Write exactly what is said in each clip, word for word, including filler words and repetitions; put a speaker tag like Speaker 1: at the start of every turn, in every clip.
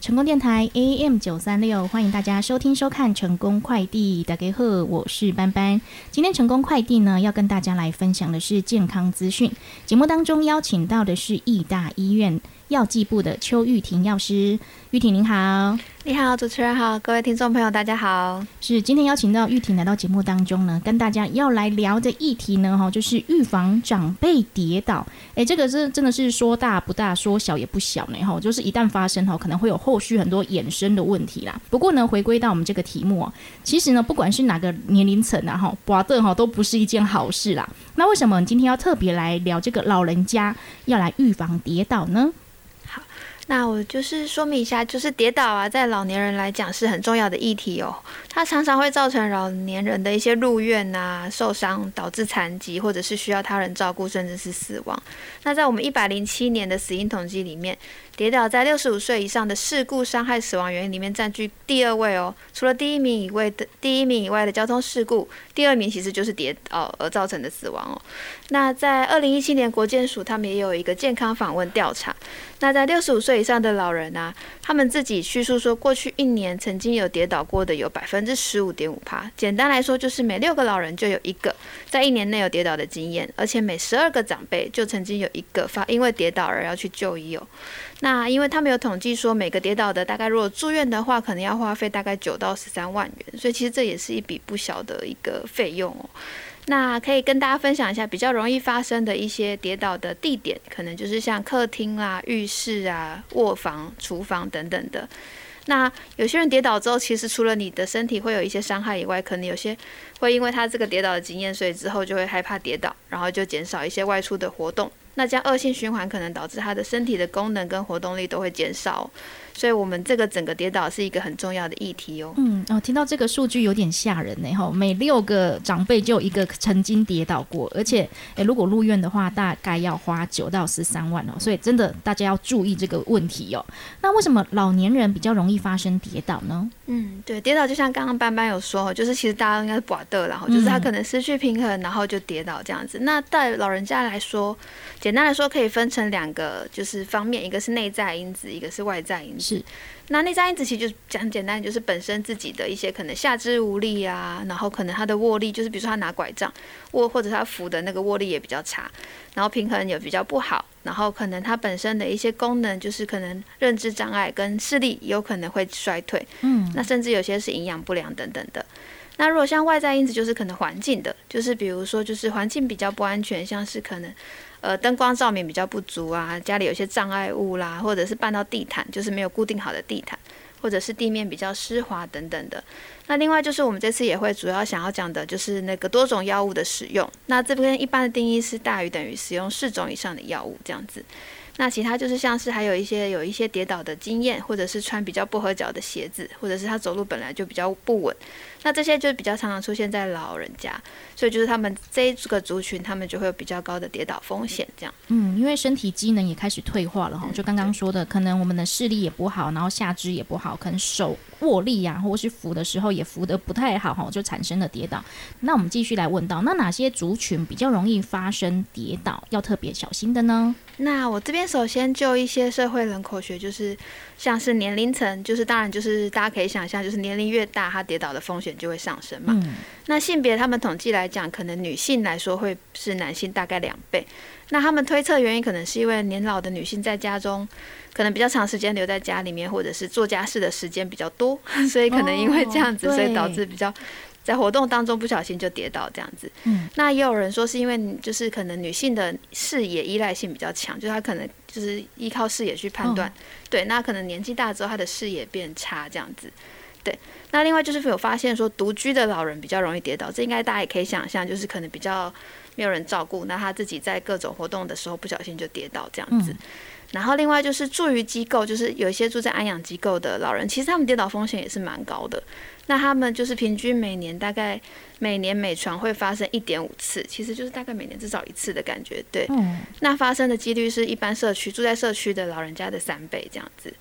Speaker 1: 成功电台 A M 九三六，欢迎大家收听收看成功快递。大家好，我是班班。今天成功快递呢，要跟大家来分享的是健康资讯。节目当中邀请到的是义大医院药剂部的邱玉婷药师。玉婷您好。
Speaker 2: 你好，主持人好，各位听众朋友大家好。
Speaker 1: 是今天邀请到玉婷来到节目当中呢，跟大家要来聊的议题呢，就是预防长辈跌倒。哎，这个是真的是说大不大，说小也不小呢，就是一旦发生可能会有后续很多衍生的问题啦。不过呢，回归到我们这个题目，其实呢，不管是哪个年龄层啊，哈，拔的都不是一件好事啦。那为什么今天要特别来聊这个老人家要来预防跌倒呢？
Speaker 2: 那我就是说明一下，就是跌倒啊，在老年人来讲是很重要的议题哦。它常常会造成老年人的一些入院啊、受伤，导致残疾，或者是需要他人照顾，甚至是死亡。那在我们一百零七年的死因统计里面，跌倒在六十五岁以上的事故伤害死亡原因里面占据第二位哦。除了第一名以外的第一名以外的交通事故，第二名其实就是跌倒而造成的死亡哦。那在二零一七年国健署他们也有一个健康访问调查，那在六十五岁以上的老人啊，他们自己叙述说，过去一年曾经有跌倒过的有百分之十五点五趴。简单来说，就是每六个老人就有一个在一年内有跌倒的经验，而且每十二个长辈就曾经有一个发因为跌倒而要去就医哦。那因为他们有统计说，每个跌倒的大概如果住院的话，可能要花费大概九到十三万元，所以其实这也是一笔不小的一个费用哦。那可以跟大家分享一下比较容易发生的一些跌倒的地点，可能就是像客厅啊、浴室啊、卧房、厨房等等的。那有些人跌倒之后，其实除了你的身体会有一些伤害以外，可能有些会因为他这个跌倒的经验，所以之后就会害怕跌倒，然后就减少一些外出的活动。那这样恶性循环可能导致他的身体的功能跟活动力都会减少，所以我们这个整个跌倒是一个很重要的议题哦。
Speaker 1: 嗯，哦，听到这个数据有点吓人呢，每六个长辈就有一个曾经跌倒过，而且如果入院的话，大概要花九到十三万哦，所以真的大家要注意这个问题哦。那为什么老年人比较容易发生跌倒呢？
Speaker 2: 嗯，对，跌倒就像刚刚班班有说，就是其实大家应该是拔的，然后就是他可能失去平衡，然后就跌倒这样子。那对老人家来说，简单来说可以分成两个就是方面，一个是内在因子，一个是外在因子。是，那内在因子其实就讲简单，就是本身自己的一些可能下肢无力啊，然后可能他的握力，就是比如说他拿拐杖握，或者他扶的那个握力也比较差，然后平衡也比较不好，然后可能他本身的一些功能，就是可能认知障碍跟视力有可能会衰退，嗯，那甚至有些是营养不良等等的。那如果像外在因子，就是可能环境的，就是比如说就是环境比较不安全，像是可能呃灯光照明比较不足啊，家里有些障碍物啦，或者是绊到地毯，就是没有固定好的地毯，或者是地面比较湿滑等等的。那另外就是我们这次也会主要想要讲的就是那个多种药物的使用，那这边一般的定义是大于等于使用四种以上的药物这样子。那其他就是像是还有一些有一些跌倒的经验，或者是穿比较不合脚的鞋子，或者是他走路本来就比较不稳，那这些就比较常常出现在老人家，所以就是他们这一个族群，他们就会有比较高的跌倒风险这样。
Speaker 1: 嗯，因为身体机能也开始退化了哈，就刚刚说的，可能我们的视力也不好，然后下肢也不好，可能手握力啊，或是扶的时候也扶得不太好哈，就产生了跌倒。那我们继续来问到，那哪些族群比较容易发生跌倒，要特别小心的呢？
Speaker 2: 那我这边首先就一些社会人口学，就是像是年龄层，就是当然就是大家可以想象，就是年龄越大，他跌倒的风险就会上升嘛。嗯、那性别他们统计来讲，可能女性来说会是男性大概两倍。那他们推测原因可能是因为年老的女性在家中可能比较长时间留在家里面，或者是做家事的时间比较多，所以可能因为这样子，哦、所以导致比较在活动当中不小心就跌倒这样子。嗯，那也有人说是因为就是可能女性的视野依赖性比较强，就是她可能就是依靠视野去判断，哦、对，那可能年纪大之后她的视野变差这样子。对，那另外就是有发现说独居的老人比较容易跌倒，这应该大家也可以想象，就是可能比较没有人照顾，那他自己在各种活动的时候不小心就跌倒这样子。嗯，然后另外就是住于机构，就是有一些住在安养机构的老人，其实他们跌倒风险也是蛮高的。那他们就是平均每年大概每年每床会发生一点五次，其实就是大概每年至少一次的感觉。对，嗯，那发生的几率是一般社区住在社区的老人家的三倍这样子。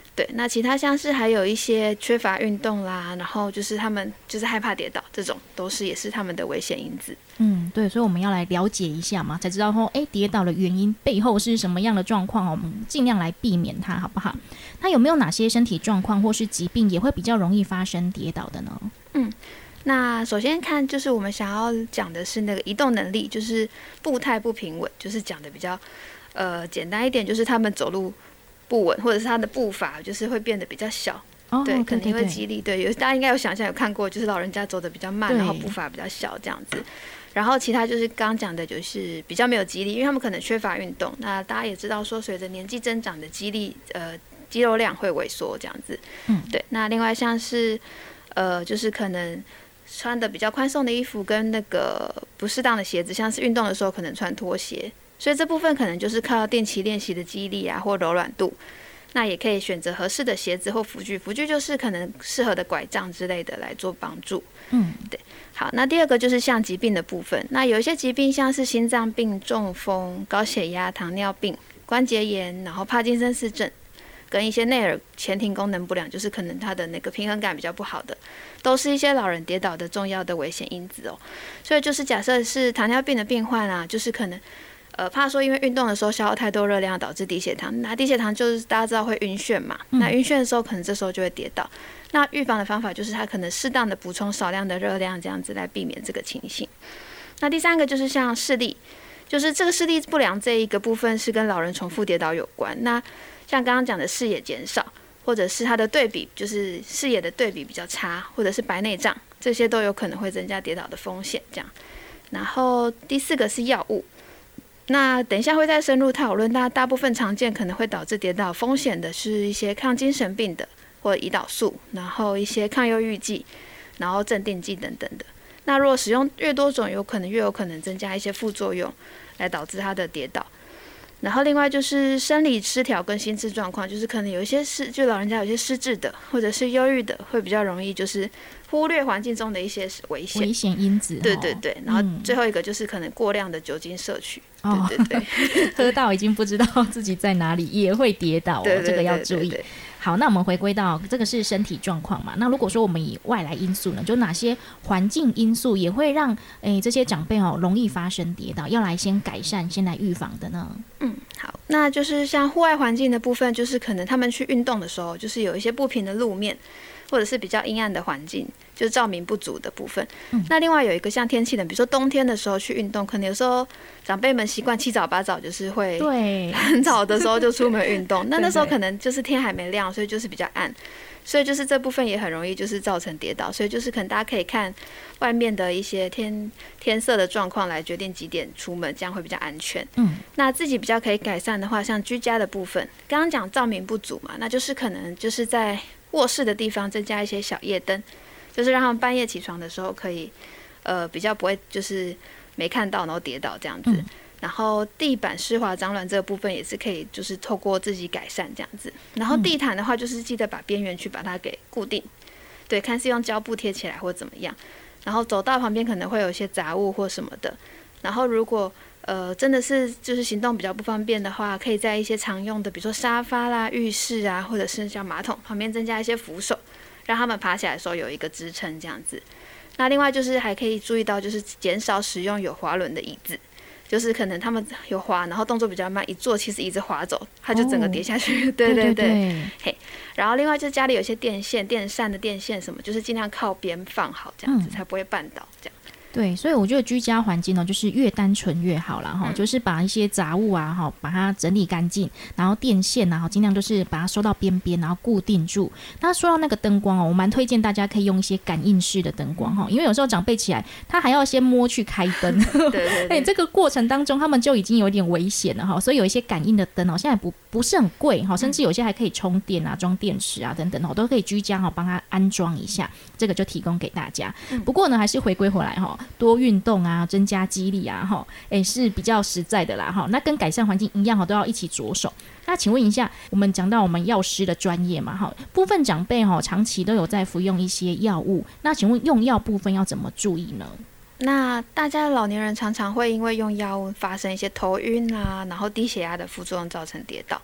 Speaker 2: 对，那其他像是还有一些缺乏运动啦，然后就是他们就是害怕跌倒，这种都是也是他们的危险因子。
Speaker 1: 嗯，对，所以我们要来了解一下嘛，才知道说，哎，跌倒的原因背后是什么样的状况，我们尽量来避免它，好不好？那有没有哪些身体状况或是疾病也会比较容易发生跌倒的呢？
Speaker 2: 嗯，那首先看就是我们想要讲的是那个移动能力，就是步态不平稳，就是讲的比较呃简单一点，就是他们走路不稳，或者是他的步伐就是会变得比较小。
Speaker 1: 哦、
Speaker 2: 对，可能因为
Speaker 1: 对对对
Speaker 2: 肌力，对，有大家应该有想象有看过，就是老人家走得比较慢，然后步伐比较小这样子。然后其他就是刚刚讲的，就是比较没有肌力，因为他们可能缺乏运动。那大家也知道说，随着年纪增长的肌力，呃，肌肉量会萎缩这样子。
Speaker 1: 嗯，
Speaker 2: 对。那另外像是，呃，就是可能穿的比较宽松的衣服跟那个不适当的鞋子，像是运动的时候可能穿拖鞋，所以这部分可能就是靠定期练习的肌力啊或柔软度。那也可以选择合适的鞋子或辅具，辅具就是可能适合的拐杖之类的来做帮助。
Speaker 1: 嗯，
Speaker 2: 对。好，那第二个就是像疾病的部分，那有一些疾病像是心脏病、中风、高血压、糖尿病、关节炎，然后帕金森氏症，跟一些内耳前庭功能不良，就是可能他的那个平衡感比较不好的，都是一些老人跌倒的重要的危险因子哦。所以就是假设是糖尿病的病患啊，就是可能。呃，怕说因为运动的时候消耗太多热量导致低血糖，那低血糖就是大家知道会晕眩嘛，嗯、那晕眩的时候可能这时候就会跌倒。那预防的方法就是他可能适当的补充少量的热量，这样子来避免这个情形。那第三个就是像视力，就是这个视力不良这一个部分是跟老人重复跌倒有关。那像刚刚讲的视野减少，或者是他的对比，就是视野的对比比较差，或者是白内障，这些都有可能会增加跌倒的风险。这样，然后第四个是药物。那等一下会再深入讨论，大大部分常见可能会导致跌倒风险的是一些抗精神病的，或者胰岛素，然后一些抗忧郁剂，然后镇定剂等等的。那如果使用越多种，有可能越有可能增加一些副作用，来导致它的跌倒。然后另外就是生理失调跟心智状况，就是可能有一些失，就老人家有些失智的，或者是忧郁的，会比较容易就是忽略环境中的一些危险
Speaker 1: 危险因子。
Speaker 2: 对对对，然后最后一个就是可能过量的酒精摄取。
Speaker 1: 哦、
Speaker 2: 对对对，
Speaker 1: 喝到已经不知道自己在哪里，也会跌倒哦。
Speaker 2: 对对对对对，
Speaker 1: 这个要注意。好，那我们回归到这个是身体状况嘛？那如果说我们以外来因素呢，就哪些环境因素也会让诶这些长辈哦容易发生跌倒，要来先改善、先来预防的呢？
Speaker 2: 嗯，好，那就是像户外环境的部分，就是可能他们去运动的时候，就是有一些不平的路面，或者是比较阴暗的环境，就是照明不足的部分。嗯、那另外有一个像天气冷，比如说冬天的时候去运动，可能有时候长辈们习惯七早八早，就是会
Speaker 1: 对
Speaker 2: 很早的时候就出门运动。那那时候可能就是天还没亮，所以就是比较暗，所以就是这部分也很容易就是造成跌倒。所以就是可能大家可以看外面的一些天天色的状况来决定几点出门，这样会比较安全。嗯，那自己比较可以改善的话，像居家的部分，刚刚讲照明不足嘛，那就是可能就是在卧室的地方增加一些小夜灯，就是让他们半夜起床的时候可以，呃，比较不会就是没看到然后跌倒这样子。嗯、然后地板湿滑脏乱这个部分也是可以，就是透过自己改善这样子。然后地毯的话，就是记得把边缘去把它给固定，对，看是用胶布贴起来或怎么样。然后走道旁边可能会有一些杂物或什么的。然后如果呃，真的是就是行动比较不方便的话，可以在一些常用的，比如说沙发啦、浴室啊，或者是像马桶旁边增加一些扶手，让他们爬起来的时候有一个支撑这样子。那另外就是还可以注意到，就是减少使用有滑轮的椅子，就是可能他们有滑，然后动作比较慢，一坐其实椅子滑走，它就整个跌下去。哦、对对 对, 对, 对，嘿。然后另外就是家里有些电线、电扇的电线什么，就是尽量靠边放好，这样子、嗯、才不会绊倒这样。
Speaker 1: 对，所以我觉得居家环境呢，就是越单纯越好啦，嗯、就是把一些杂物啊，把它整理干净，然后电线啊，尽量就是把它收到边边，然后固定住。那说到那个灯光哦，我蛮推荐大家可以用一些感应式的灯光，因为有时候长辈起来，他还要先摸去开灯，对对对，这个过程当中他们就已经有点危险了，所以有一些感应的灯哦，现在不不是很贵，甚至有些还可以充电啊、装电池啊等等，都可以居家帮他安装一下，这个就提供给大家。不过呢，还是回归回来多运动啊，增加肌力啊，欸、是比较实在的啦。那跟改善环境一样，都要一起着手。那请问一下，我们讲到我们药师的专业嘛，部分长辈长期都有在服用一些药物，那请问用药部分要怎么注意呢？
Speaker 2: 那大家老年人常常会因为用药物发生一些头晕啊，然后低血压的副作用造成跌倒。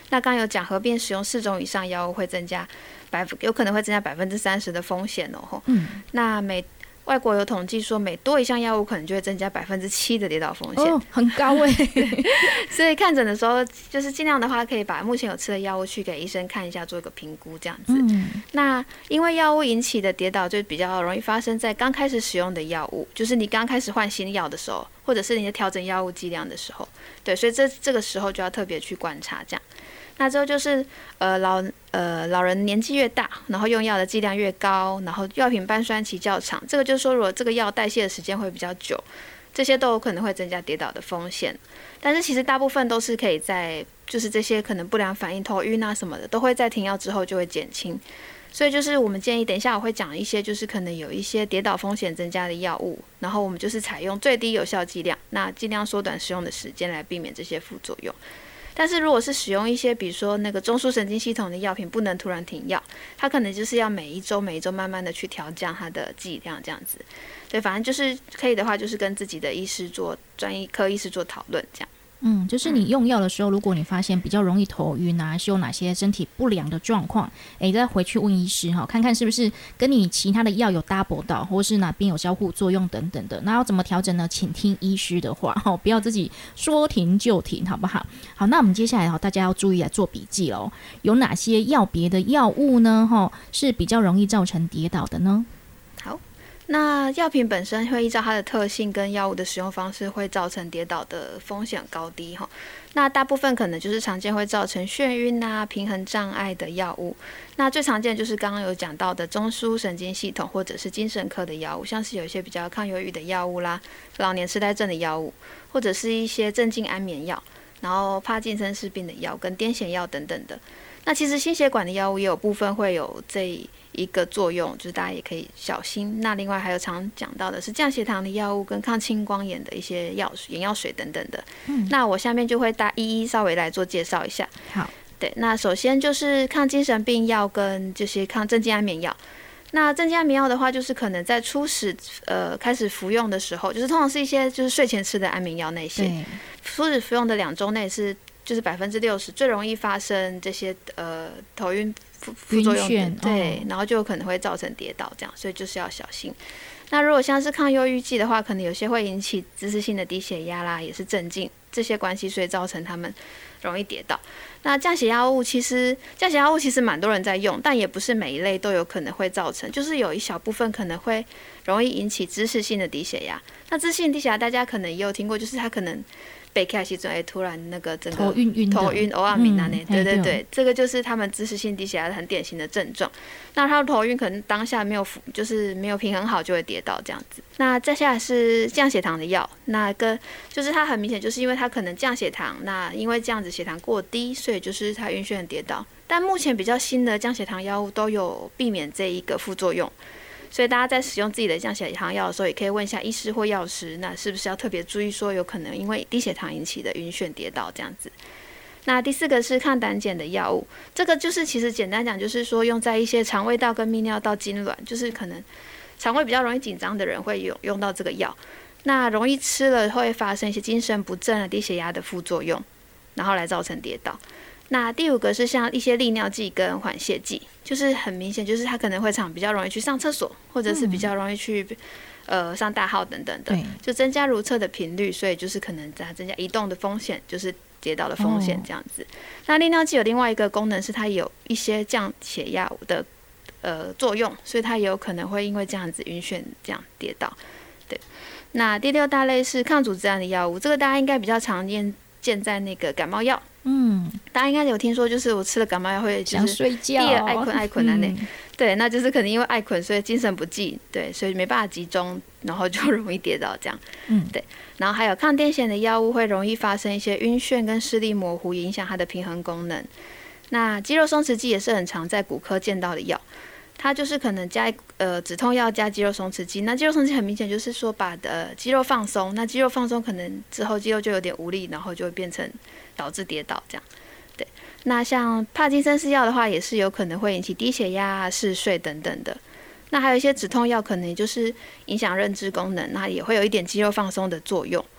Speaker 2: 那刚刚有讲合并使用四种以上药物会增加百有可能会增加百分之三十的风险哦。嗯，那每外国有统计说，每多一项药物可能就会增加百分之七的跌倒风险，
Speaker 1: 哦，很高哎。
Speaker 2: 所以看诊的时候，就是尽量的话，可以把目前有吃的药物去给医生看一下，做一个评估这样子。嗯，那因为药物引起的跌倒就比较容易发生在刚开始使用的药物，就是你刚开始换新药的时候，或者是你在调整药物剂量的时候，对，所以这这个时候就要特别去观察这样。那之后就是呃老呃老人年纪越大，然后用药的剂量越高，然后药品半衰期较长，这个就是说如果这个药代谢的时间会比较久，这些都有可能会增加跌倒的风险。但是其实大部分都是可以在就是这些可能不良反应、头晕啊什么的，都会在停药之后就会减轻。所以就是我们建议，等一下我会讲一些就是可能有一些跌倒风险增加的药物，然后我们就是采用最低有效剂量，那尽量缩短使用的时间来避免这些副作用。但是如果是使用一些比如说那个中枢神经系统的药品，不能突然停药，它可能就是要每一周每一周慢慢的去调降它的剂量这样子。对，反正就是可以的话，就是跟自己的医师做专业科医师做讨论这样。
Speaker 1: 嗯，就是你用药的时候，如果你发现比较容易头晕啊，是有哪些身体不良的状况，哎，再回去问医师哈，看看是不是跟你其他的药有 double 到，或是哪边有交互作用等等的。那要怎么调整呢？请听医师的话哈，不要自己说停就停，好不好？好，那我们接下来哈，大家要注意来做笔记喽。有哪些药别的药物呢？哈，是比较容易造成跌倒的呢？
Speaker 2: 好。那药品本身会依照它的特性跟药物的使用方式，会造成跌倒的风险高低哈。那大部分可能就是常见会造成眩晕啊、平衡障碍的药物。那最常见就是刚刚有讲到的中枢神经系统或者是精神科的药物，像是有一些比较抗忧郁的药物啦、老年痴呆症的药物，或者是一些镇静安眠药，然后帕金森氏病的药跟癫痫药等等的。那其实心血管的药物也有部分会有这一个作用，就是大家也可以小心。那另外还有常讲到的是降血糖的药物跟抗青光眼的一些药眼药水等等的。嗯，那我下面就会大一一稍微来做介绍一下。
Speaker 1: 好，
Speaker 2: 对，那首先就是抗精神病药跟这些抗镇静安眠药。那镇静安眠药的话，就是可能在初始呃开始服用的时候，就是通常是一些就是睡前吃的安眠药那些，初始服用的两周内是就是百分之六十最容易发生这些呃头晕副副作用的，对，然后就可能会造成跌倒这样，所以就是要小心。那如果像是抗忧郁剂的话，可能有些会引起姿势性的低血压啦，也是镇静这些关系，所以造成他们容易跌倒。那降血压物其实降血压物其实蛮多人在用，但也不是每一类都有可能会造成，就是有一小部分可能会容易引起姿势性的低血压。那姿势性低血压大家可能也有听过，就是它可能背起来时阵，哎，突然那个整个
Speaker 1: 头晕晕
Speaker 2: 头晕、偶尔敏啊，
Speaker 1: 嗯，
Speaker 2: 对对对，这个就是他们姿势性低血压很典型的症状。那他的头晕可能当下没有就是没有平衡好，就会跌倒这样子。那接下来是降血糖的药，那个就是它很明显就是因为它可能降血糖，那因为这样子血糖过低，所以就是它晕眩跌倒。但目前比较新的降血糖药物都有避免这一个副作用。所以大家在使用自己的降血糖药的时候，也可以问一下医师或药师，那是不是要特别注意说有可能因为低血糖引起的晕眩跌倒这样子。那第四个是抗胆碱的药物，这个就是其实简单讲就是说用在一些肠胃道跟泌尿道痉挛，就是可能肠胃比较容易紧张的人会有用到这个药，那容易吃了会发生一些精神不振啊、低血压的副作用，然后来造成跌倒。那第五个是像一些利尿剂跟缓泻剂，就是很明显就是他可能会常比较容易去上厕所，或者是比较容易去、嗯、呃上大号等等的，就增加如厕的频率，所以就是可能在增加移动的风险，就是跌倒的风险这样子。哦、那利尿剂有另外一个功能是它有一些降血压的呃作用，所以它也有可能会因为这样子晕眩这样跌倒。对，那第六大类是抗组织胺的药物，这个大家应该比较常见见在那个感冒药。嗯，大家应该有听说，就是我吃了感冒药会就是
Speaker 1: 想睡觉，
Speaker 2: 第二爱困爱困啊那、嗯，对，那就是可能因为爱困，所以精神不济，对，所以没办法集中，然后就容易跌倒这样。嗯，对，然后还有抗癫痫的药物会容易发生一些晕眩跟视力模糊，影响它的平衡功能。那肌肉松弛剂也是很常在骨科见到的药。它就是可能加呃止痛药加肌肉松弛剂，那肌肉松弛剂很明显就是说把呃肌肉放松，那肌肉放松可能之后肌肉就有点无力，然后就会变成导致跌倒这样。对，那像帕金森氏药的话，也是有可能会引起低血压、嗜睡等等的。那还有一些止痛药可能就是影响认知功能，那也会有一点肌肉放松的作用。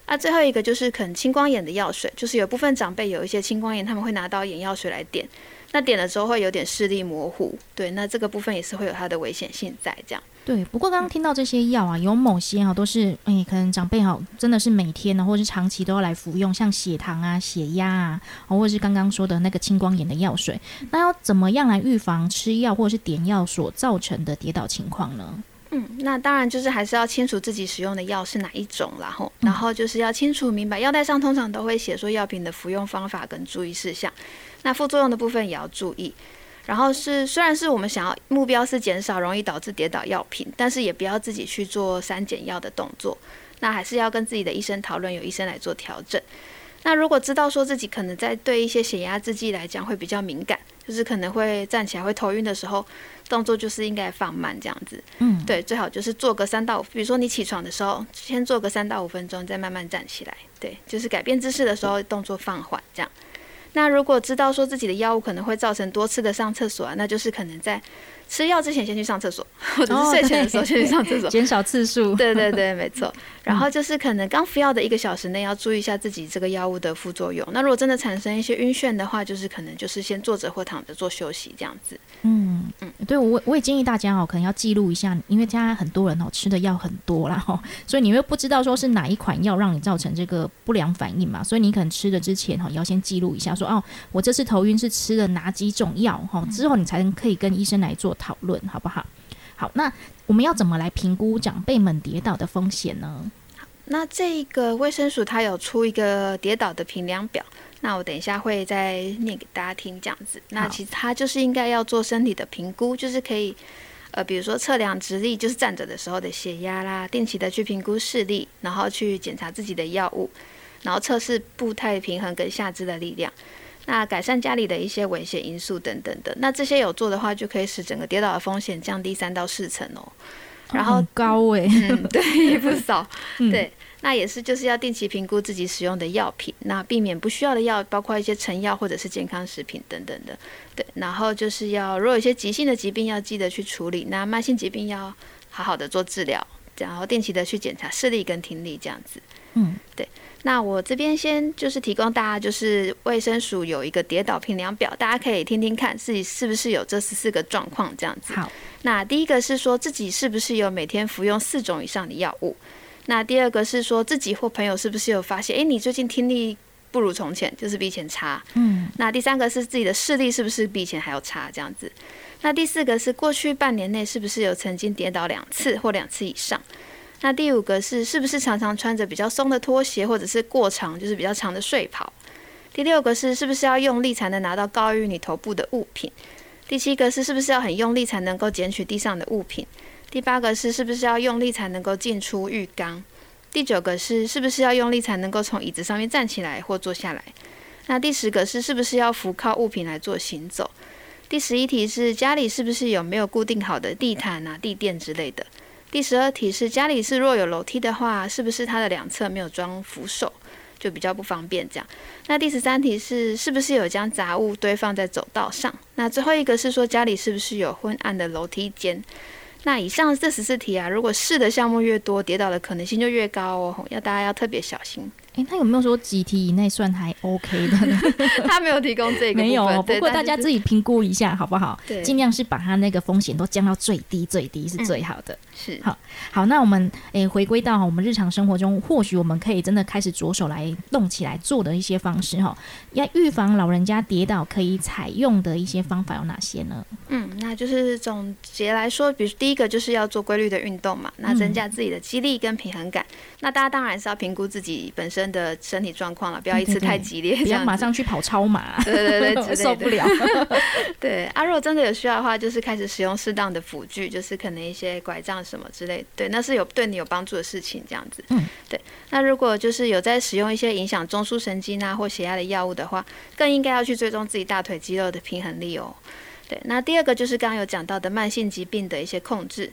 Speaker 2: 啊，最后一个就是可能青光眼的药水，就是有部分长辈有一些青光眼，他们会拿到眼药水来点，那点了之后会有点视力模糊，对，那这个部分也是会有它的危险性在这样。
Speaker 1: 对，不过刚刚听到这些药啊，有某些哈都是，哎，可能长辈哈真的是每天呢，或是长期都要来服用，像血糖啊、血压啊，或者是刚刚说的那个青光眼的药水，那要怎么样来预防吃药或者是点药所造成的跌倒情况呢？
Speaker 2: 嗯，那当然就是还是要清楚自己使用的药是哪一种啦，然后，然后就是要清楚明白，药袋上通常都会写说药品的服用方法跟注意事项，那副作用的部分也要注意。然后是，虽然是我们想要目标是减少容易导致跌倒药品，但是也不要自己去做删减药的动作，那还是要跟自己的医生讨论，由医生来做调整。那如果知道说自己可能在对一些血压制剂来讲会比较敏感，就是可能会站起来会头晕的时候，动作就是应该放慢这样子。嗯，对，最好就是做个三到五，比如说你起床的时候，先做个三到五分钟，再慢慢站起来。对，就是改变姿势的时候，动作放缓这样。那如果知道说自己的药物可能会造成多次的上厕所啊，那就是可能在吃药之前先去上厕所，或者是睡前的时候先去上厕所，
Speaker 1: 减少次数。
Speaker 2: 对对对，没错。然后就是可能刚服药的一个小时内要注意一下自己这个药物的副作用。那如果真的产生一些晕眩的话，就是可能就是先坐着或躺着做休息这样子。嗯嗯，
Speaker 1: 对，我我也建议大家哦，可能要记录一下，因为现在很多人哦吃的药很多啦哦，所以你会不知道说是哪一款药让你造成这个不良反应嘛，所以你可能吃的之前哈，也要先记录一下说哦，我这次头晕是吃了哪几种药哈，之后你才能可以跟医生来做讨论，好不好？好，那我们要怎么来评估长辈们跌倒的风险呢？
Speaker 2: 那这个卫生署它有出一个跌倒的评量表，那我等一下会再念给大家听这样子。那其实它就是应该要做身体的评估，就是可以呃，比如说测量直立，就是站着的时候的血压啦，定期的去评估视力，然后去检查自己的药物，然后测试步态平衡跟下肢的力量，那改善家里的一些危险因素等等的。那这些有做的话，就可以使整个跌倒的风险降低三到四成哦。然后、
Speaker 1: 哦、很高哎、
Speaker 2: 欸嗯，对，也不少，嗯、对。那也是就是要定期评估自己使用的药品，那避免不需要的药，包括一些成药或者是健康食品等等的。对，然后就是要如果有一些急性的疾病要记得去处理，那慢性疾病要好好的做治疗，然后定期的去检查视力跟听力这样子。嗯，对。那我这边先就是提供大家，就是卫生署有一个跌倒评量表，大家可以听听看自己是不是有这十四个状况这样子。
Speaker 1: 好，
Speaker 2: 那第一个是说自己是不是有每天服用四种以上的药物。那第二个是说自己或朋友是不是有发现，哎，你最近听力不如从前，就是比以前差。嗯。那第三个是自己的视力是不是比以前还要差这样子。那第四个是过去半年内是不是有曾经跌倒两次或两次以上。那第五个是是不是常常穿着比较松的拖鞋，或者是过长就是比较长的睡袍。第六个是是不是要用力才能拿到高于你头部的物品。第七个是是不是要很用力才能够捡取地上的物品。第八个是是不是要用力才能够进出浴缸。第九个是是不是要用力才能够从椅子上面站起来或坐下来。那第十个是是不是要扶靠物品来做行走。第十一题是家里是不是有没有固定好的地毯啊、地垫之类的。第十二题是家里是若有楼梯的话，是不是它的两侧没有装扶手，就比较不方便这样。那第十三题是是不是有将杂物堆放在走道上。那最后一个是说家里是不是有昏暗的楼梯间。那以上这十四题啊，如果是的项目越多，跌倒的可能性就越高哦，要大家要特别小心。
Speaker 1: 哎，他有没有说几题以内算还 OK 的呢？
Speaker 2: 他没有提供这个部分，
Speaker 1: 没有，不过大家自己评估一下好不好？
Speaker 2: 对，
Speaker 1: 尽量是把它那个风险都降到最低，最低是最好的。
Speaker 2: 嗯、是，
Speaker 1: 好，好，那我们诶回归到我们日常生活中，或许我们可以真的开始着手来动起来做的一些方式哈。要预防老人家跌倒，可以采用的一些方法有哪些呢？
Speaker 2: 嗯，那就是总结来说，比如第一个就是要做规律的运动嘛，那增加自己的肌力跟平衡感。嗯、那大家当然是要评估自己本身的身体状况了，不要一次太激烈，
Speaker 1: 不要马上去跑超马，
Speaker 2: 对对对，
Speaker 1: 受不了。
Speaker 2: 对啊，如果真的有需要的话，就是开始使用适当的辅具，就是可能一些拐杖什么之类的，对，那是有对你有帮助的事情，这样子。嗯，对。那如果就是有在使用一些影响中枢神经啊或血压的药物的话，更应该要去追踪自己大腿肌肉的平衡力哦。对，那第二个就是刚刚有讲到的慢性疾病的一些控制。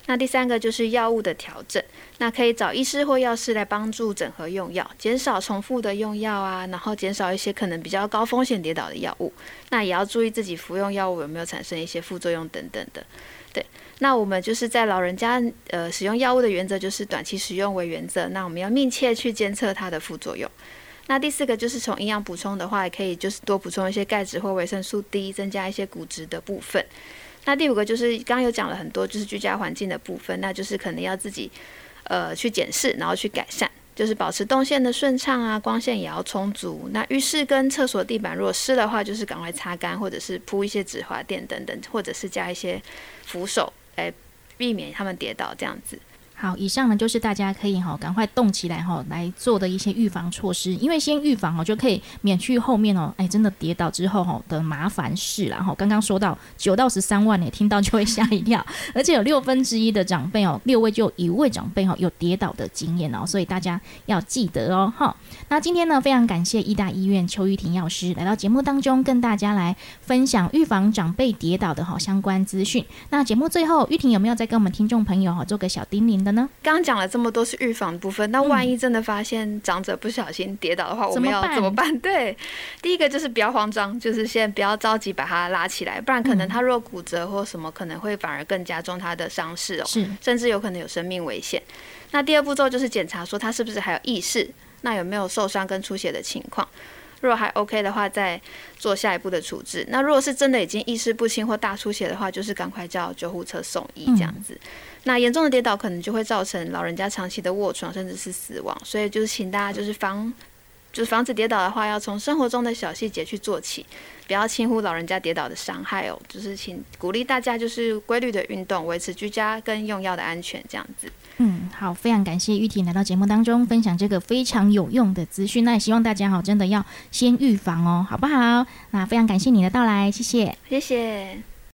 Speaker 2: 那第三个就是药物的调整，那可以找医师或药师来帮助整合用药，减少重复的用药啊，然后减少一些可能比较高风险跌倒的药物。那也要注意自己服用药物有没有产生一些副作用等等的。对，那我们就是在老人家呃使用药物的原则就是短期使用为原则，那我们要密切去监测它的副作用。那第四个就是从营养补充的话，也可以就是多补充一些钙质或维生素 D， 增加一些骨质的部分。那第五个就是刚刚有讲了很多，就是居家环境的部分，那就是可能要自己呃去检视，然后去改善，就是保持动线的顺畅啊，光线也要充足。那浴室跟厕所地板如果湿的话，就是赶快擦干，或者是铺一些止滑垫等等，或者是加一些扶手来避免他们跌倒这样子。
Speaker 1: 好，以上呢就是大家可以哈赶快动起来哈来做的一些预防措施，因为先预防哦就可以免去后面哦哎真的跌倒之后哈的麻烦事啦哈。刚刚说到九到十三万呢，听到就会吓一跳，而且有六分之一的长辈哦，六位就有一位长辈哈有跌倒的经验哦，所以大家要记得哦哈。那今天呢非常感谢医大医院邱玉婷药师来到节目当中跟大家来分享预防长辈跌倒的哈相关资讯。那节目最后玉婷有没有再跟我们听众朋友哈做个小叮咛的呢？
Speaker 2: 刚刚讲了这么多是预防的部分，那万一真的发现长者不小心跌倒的话，嗯、我们要怎么办？对，第一个就是不要慌张，就是先不要着急把它拉起来，不然可能他若骨折或什么，可能会反而更加重他的伤势哦，甚至有可能有生命危险。那第二步骤就是检查说他是不是还有意识，那有没有受伤跟出血的情况。如果还 OK 的话，再做下一步的处置。那如果是真的已经意识不清或大出血的话，就是赶快叫救护车送医这样子。嗯、那严重的跌倒可能就会造成老人家长期的卧床，甚至是死亡。所以就是请大家就是防，就是防止跌倒的话，要从生活中的小细节去做起，不要轻忽老人家跌倒的伤害哦。就是请鼓励大家就是规律的运动，维持居家跟用药的安全这样子。
Speaker 1: 嗯，好，非常感谢玉婷来到节目当中分享这个非常有用的资讯。那也希望大家好，真的要先预防哦，好不好？那非常感谢你的到来，谢谢，
Speaker 2: 谢谢。